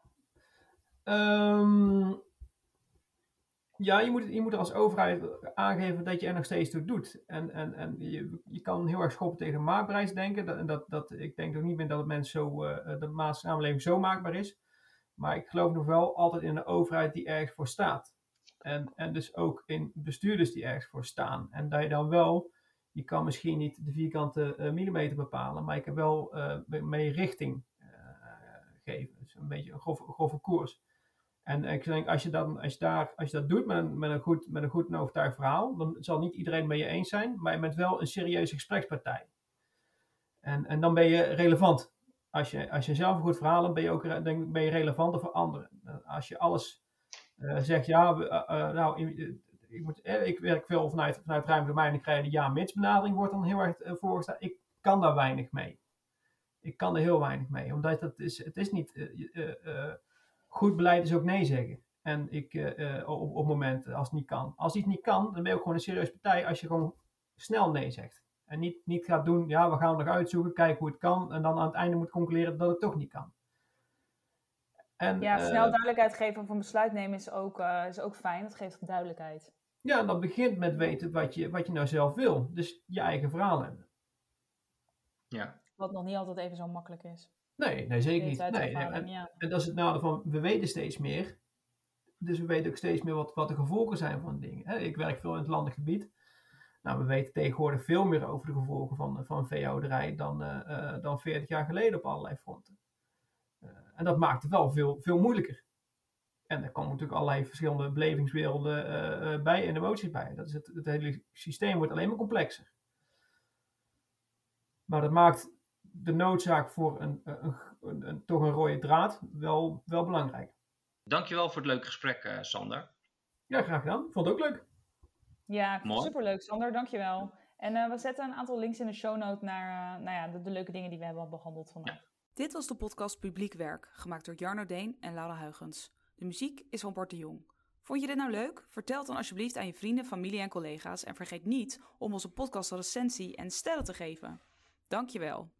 Ja, je moet als overheid aangeven dat je er nog steeds toe doet. En je kan heel erg schoppen tegen maakbaarheid denken. Ik denk ook niet meer dat de samenleving zo maakbaar is. Maar ik geloof nog wel altijd in een overheid die ergens voor staat. En dus ook in bestuurders die ergens voor staan. En dat je dan wel, je kan misschien niet de vierkante millimeter bepalen, maar je kan wel mee richting geven. Dus een beetje een grove koers. En ik denk, als je dat doet met een goed en overtuigd verhaal, dan zal niet iedereen het met je eens zijn, maar je bent wel een serieuze gesprekspartij. En dan ben je relevant. Als je zelf een goed verhaal hebt, ben je relevanter voor anderen. Als je alles zegt, ik werk veel vanuit ruimte domein, ik krijg de ja-mits benadering, wordt dan heel erg voorgestaan. Ik kan daar weinig mee. Ik kan er heel weinig mee, omdat het is niet... goed beleid is ook nee zeggen. En op momenten als het niet kan. Als iets niet kan, dan ben je ook gewoon een serieuze partij als je gewoon snel nee zegt. En niet gaat doen, we gaan het nog uitzoeken, kijken hoe het kan. En dan aan het einde moet concluderen dat het toch niet kan. En, snel duidelijkheid geven van besluit nemen is ook fijn. Dat geeft duidelijkheid. Ja, en dat begint met weten wat je nou zelf wil. Dus je eigen verhaal hebben. Ja. Wat nog niet altijd even zo makkelijk is. Nee, zeker niet. En dat is het nadeel van, we weten steeds meer. Dus we weten ook steeds meer wat de gevolgen zijn van dingen. Ik werk veel in het landelijk gebied. Nou, we weten tegenwoordig veel meer over de gevolgen van veehouderij dan 40 jaar geleden op allerlei fronten. En dat maakt het wel veel moeilijker. En er komen natuurlijk allerlei verschillende belevingswerelden bij en emoties bij. Dat is het hele systeem wordt alleen maar complexer. Maar dat maakt de noodzaak voor toch een rode draad wel belangrijk. Dankjewel voor het leuke gesprek, Sander. Ja, graag gedaan. Vond het ook leuk. Ja, superleuk, Sander. Dankjewel. En we zetten een aantal links in de show note naar de leuke dingen die we hebben behandeld vandaag. Ja. Dit was de podcast Publiek Werk, gemaakt door Jarno Deen en Laura Huygens. De muziek is van Bart de Jong. Vond je dit nou leuk? Vertel het dan alsjeblieft aan je vrienden, familie en collega's. En vergeet niet om onze podcast een recensie en sterren te geven. Dankjewel.